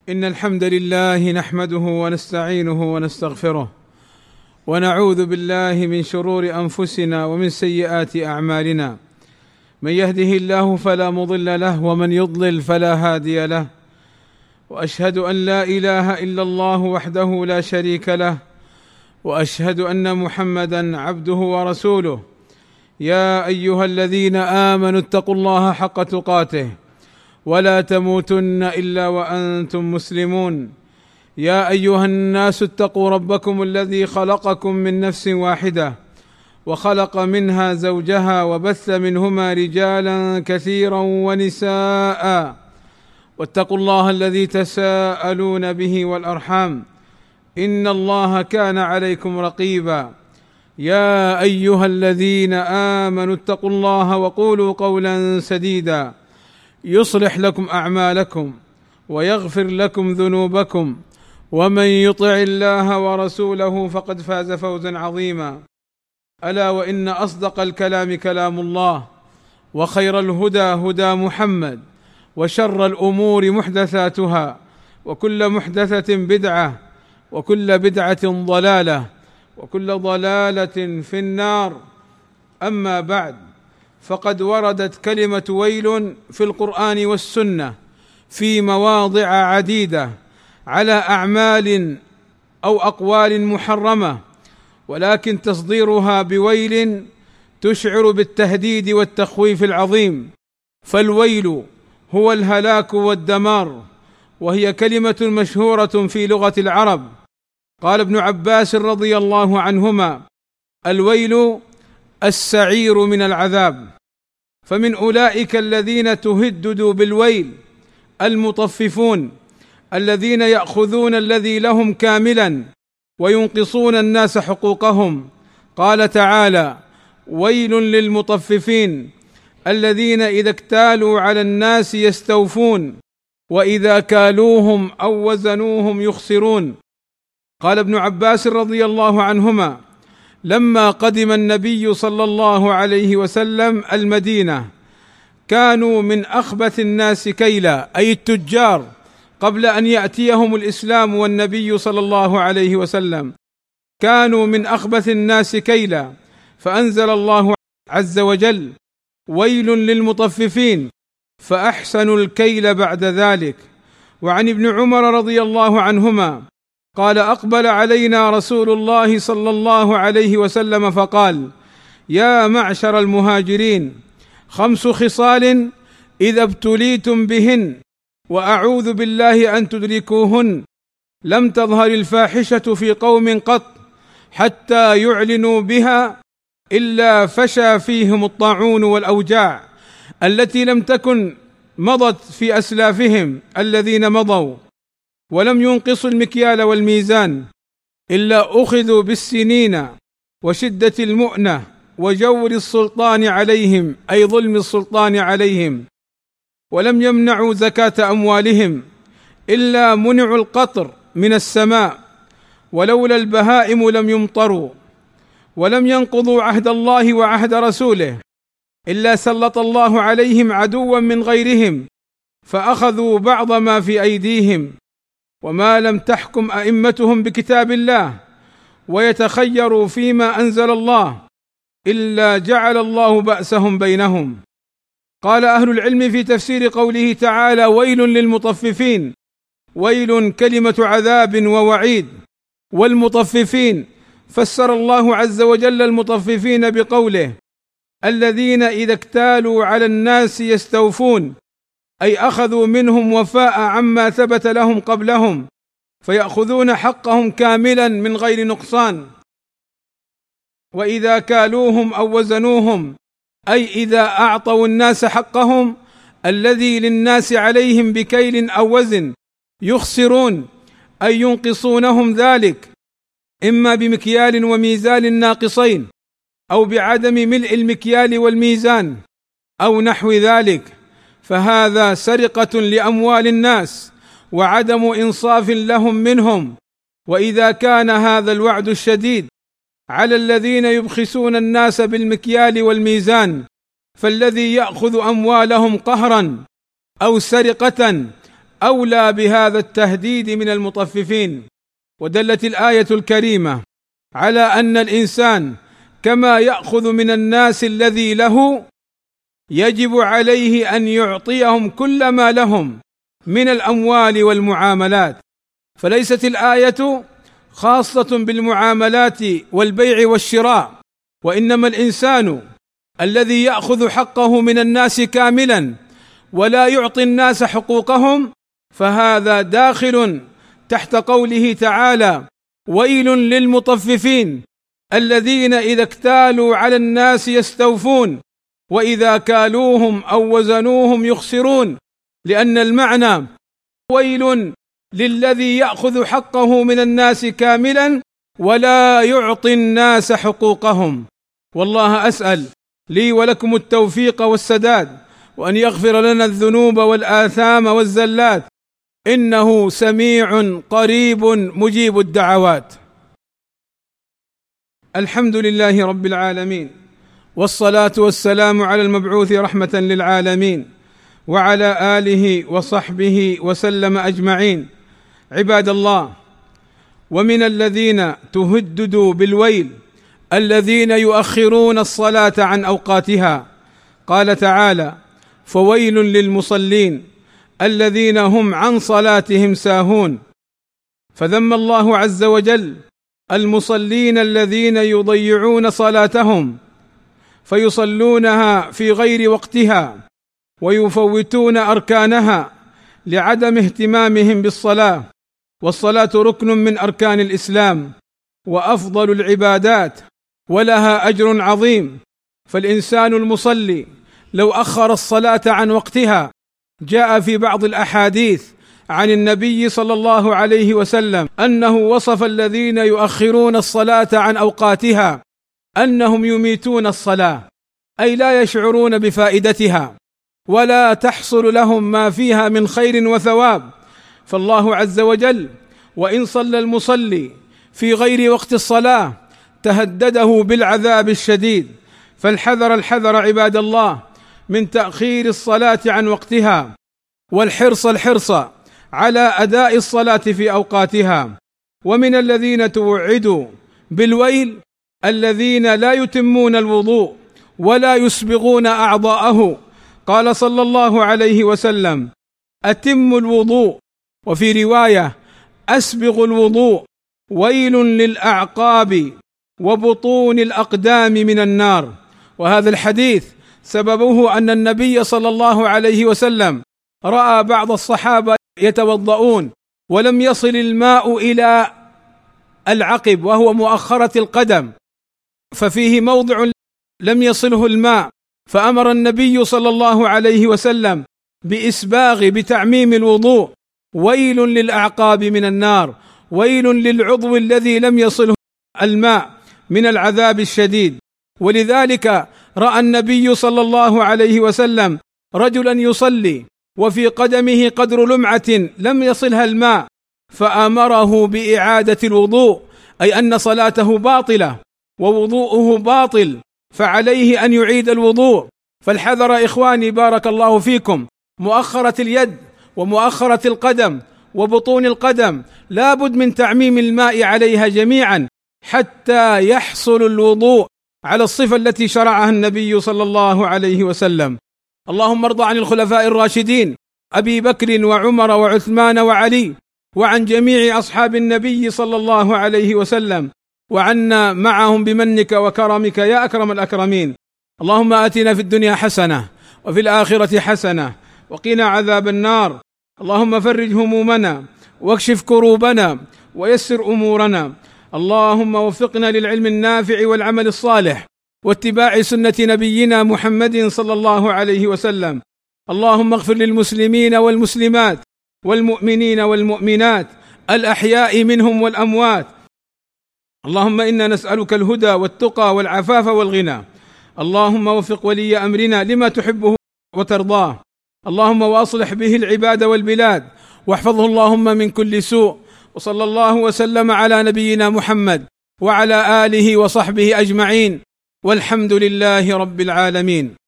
إن الحمد لله نحمده ونستعينه ونستغفره ونعوذ بالله من شرور أنفسنا ومن سيئات أعمالنا. من يهده الله فلا مضل له ومن يضلل فلا هادي له، وأشهد أن لا إله إلا الله وحده لا شريك له، وأشهد أن محمدا عبده ورسوله. يا أيها الذين آمنوا اتقوا الله حق تقاته ولا تموتن إلا وأنتم مسلمون. يا أيها الناس اتقوا ربكم الذي خلقكم من نفس واحدة وخلق منها زوجها وبث منهما رجالا كثيرا ونساء، واتقوا الله الذي تساءلون به والأرحام إن الله كان عليكم رقيبا. يا أيها الذين آمنوا اتقوا الله وقولوا قولا سديدا يصلح لكم أعمالكم ويغفر لكم ذنوبكم، ومن يطع الله ورسوله فقد فاز فوزا عظيما. ألا وإن أصدق الكلام كلام الله، وخير الهدى هدى محمد، وشر الأمور محدثاتها، وكل محدثة بدعة، وكل بدعة ضلالة، وكل ضلالة في النار. أما بعد، فقد وردت كلمة ويل في القرآن والسنة في مواضع عديدة على أعمال أو أقوال محرمة، ولكن تصديرها بويل تشعر بالتهديد والتخويف العظيم. فالويل هو الهلاك والدمار، وهي كلمة مشهورة في لغة العرب. قال ابن عباس رضي الله عنهما: الويل السعير من العذاب. فمن أولئك الذين تهددوا بالويل المطففون، الذين يأخذون الذي لهم كاملا وينقصون الناس حقوقهم. قال تعالى: ويل للمطففين الذين إذا اكتالوا على الناس يستوفون وإذا كالوهم أو وزنوهم يخسرون. قال ابن عباس رضي الله عنهما: لما قدم النبي صلى الله عليه وسلم المدينة كانوا من أخبث الناس كيلا، أي التجار، قبل أن يأتيهم الإسلام والنبي صلى الله عليه وسلم كانوا من أخبث الناس كيلا، فأنزل الله عز وجل: ويل للمطففين، فأحسنوا الكيل بعد ذلك. وعن ابن عمر رضي الله عنهما قال: أقبل علينا رسول الله صلى الله عليه وسلم فقال: يا معشر المهاجرين، 5 خصال إذا ابتليتم بهن وأعوذ بالله أن تدركوهن لم تظهر الفاحشة في قوم قط حتى يعلنوا بها إلا فشى فيهم الطاعون والأوجاع التي لم تكن مضت في أسلافهم الذين مضوا، ولم ينقصوا المكيال والميزان إلا أخذوا بالسنين وشدة المؤنة وجور السلطان عليهم، أي ظلم السلطان عليهم، ولم يمنعوا زكاة أموالهم إلا منعوا القطر من السماء، ولولا البهائم لم يمطروا، ولم ينقضوا عهد الله وعهد رسوله إلا سلط الله عليهم عدوا من غيرهم فأخذوا بعض ما في أيديهم، وما لم تحكم أئمتهم بكتاب الله ويتخيروا فيما أنزل الله إلا جعل الله بأسهم بينهم. قال أهل العلم في تفسير قوله تعالى: ويل للمطففين، ويل كلمة عذاب ووعيد، والمطففين فسر الله عز وجل المطففين بقوله: الذين إذا اكتالوا على الناس يستوفون، أي أخذوا منهم وفاء عما ثبت لهم قبلهم، فيأخذون حقهم كاملا من غير نقصان. وإذا كالوهم أو وزنوهم، أي إذا أعطوا الناس حقهم الذي للناس عليهم بكيل أو وزن يخسرون، أي ينقصونهم ذلك، إما بمكيال وميزان ناقصين، أو بعدم ملء المكيال والميزان، أو نحو ذلك، فهذا سرقة لأموال الناس وعدم إنصاف لهم منهم. وإذا كان هذا الوعد الشديد على الذين يبخسون الناس بالمكيال والميزان، فالذي يأخذ أموالهم قهرا أو سرقة أولى بهذا التهديد من المطففين. ودلت الآية الكريمة على أن الإنسان كما يأخذ من الناس الذي له، يجب عليه أن يعطيهم كل ما لهم من الأموال والمعاملات. فليست الآية خاصة بالمعاملات والبيع والشراء، وإنما الإنسان الذي يأخذ حقه من الناس كاملا ولا يعطي الناس حقوقهم، فهذا داخل تحت قوله تعالى: ويل للمطففين الذين إذا اكتالوا على الناس يستوفون وإذا كالوهم أو وزنوهم يخسرون. لأن المعنى ويل للذي يأخذ حقه من الناس كاملا ولا يعطي الناس حقوقهم. والله أسأل لي ولكم التوفيق والسداد، وأن يغفر لنا الذنوب والآثام والزلات، إنه سميع قريب مجيب الدعوات. الحمد لله رب العالمين، والصلاة والسلام على المبعوث رحمة للعالمين، وعلى آله وصحبه وسلم أجمعين. عباد الله، ومن الذين تهددوا بالويل الذين يؤخرون الصلاة عن أوقاتها. قال تعالى: فويل للمصلين الذين هم عن صلاتهم ساهون. فذم الله عز وجل المصلين الذين يضيعون صلاتهم فيصلونها في غير وقتها ويفوتون أركانها لعدم اهتمامهم بالصلاة. والصلاة ركن من أركان الإسلام وأفضل العبادات، ولها أجر عظيم. فالإنسان المصلي لو أخر الصلاة عن وقتها، جاء في بعض الأحاديث عن النبي صلى الله عليه وسلم أنه وصف الذين يؤخرون الصلاة عن أوقاتها أنهم يميتون الصلاة، أي لا يشعرون بفائدتها ولا تحصل لهم ما فيها من خير وثواب. فالله عز وجل وإن صلى المصلي في غير وقت الصلاة تهدده بالعذاب الشديد. فالحذر الحذر عباد الله من تأخير الصلاة عن وقتها، والحرص الحرص على أداء الصلاة في أوقاتها. ومن الذين توعدوا بالويل الذين لا يتمون الوضوء ولا يسبغون أعضاءه. قال صلى الله عليه وسلم: أتموا الوضوء، وفي رواية: أسبغوا الوضوء، ويل للأعقاب وبطون الأقدام من النار. وهذا الحديث سببه أن النبي صلى الله عليه وسلم رأى بعض الصحابة يتوضؤون ولم يصل الماء إلى العقب وهو مؤخرة القدم، ففيه موضع لم يصله الماء، فأمر النبي صلى الله عليه وسلم بتعميم الوضوء. ويل للأعقاب من النار، ويل للعضو الذي لم يصله الماء من العذاب الشديد. ولذلك رأى النبي صلى الله عليه وسلم رجلا يصلي وفي قدمه قدر لمعة لم يصلها الماء، فأمره بإعادة الوضوء، أي أن صلاته باطلة ووضوءه باطل، فعليه أن يعيد الوضوء. فالحذر إخواني بارك الله فيكم، مؤخرة اليد ومؤخرة القدم وبطون القدم لا بد من تعميم الماء عليها جميعا حتى يحصل الوضوء على الصفة التي شرعها النبي صلى الله عليه وسلم. اللهم ارض عن الخلفاء الراشدين أبي بكر وعمر وعثمان وعلي، وعن جميع أصحاب النبي صلى الله عليه وسلم، وعنا معهم بمنك وكرمك يا أكرم الأكرمين. اللهم آتنا في الدنيا حسنة وفي الآخرة حسنة وقنا عذاب النار. اللهم فرج همومنا واكشف كروبنا ويسر أمورنا. اللهم وفقنا للعلم النافع والعمل الصالح واتباع سنة نبينا محمد صلى الله عليه وسلم. اللهم اغفر للمسلمين والمسلمات والمؤمنين والمؤمنات الأحياء منهم والأموات. اللهم إنا نسألك الهدى والتقى والعفاف والغنى. اللهم وفق ولي أمرنا لما تحبه وترضاه. اللهم وأصلح به العباد والبلاد، واحفظه اللهم من كل سوء. وصلى الله وسلم على نبينا محمد وعلى آله وصحبه أجمعين، والحمد لله رب العالمين.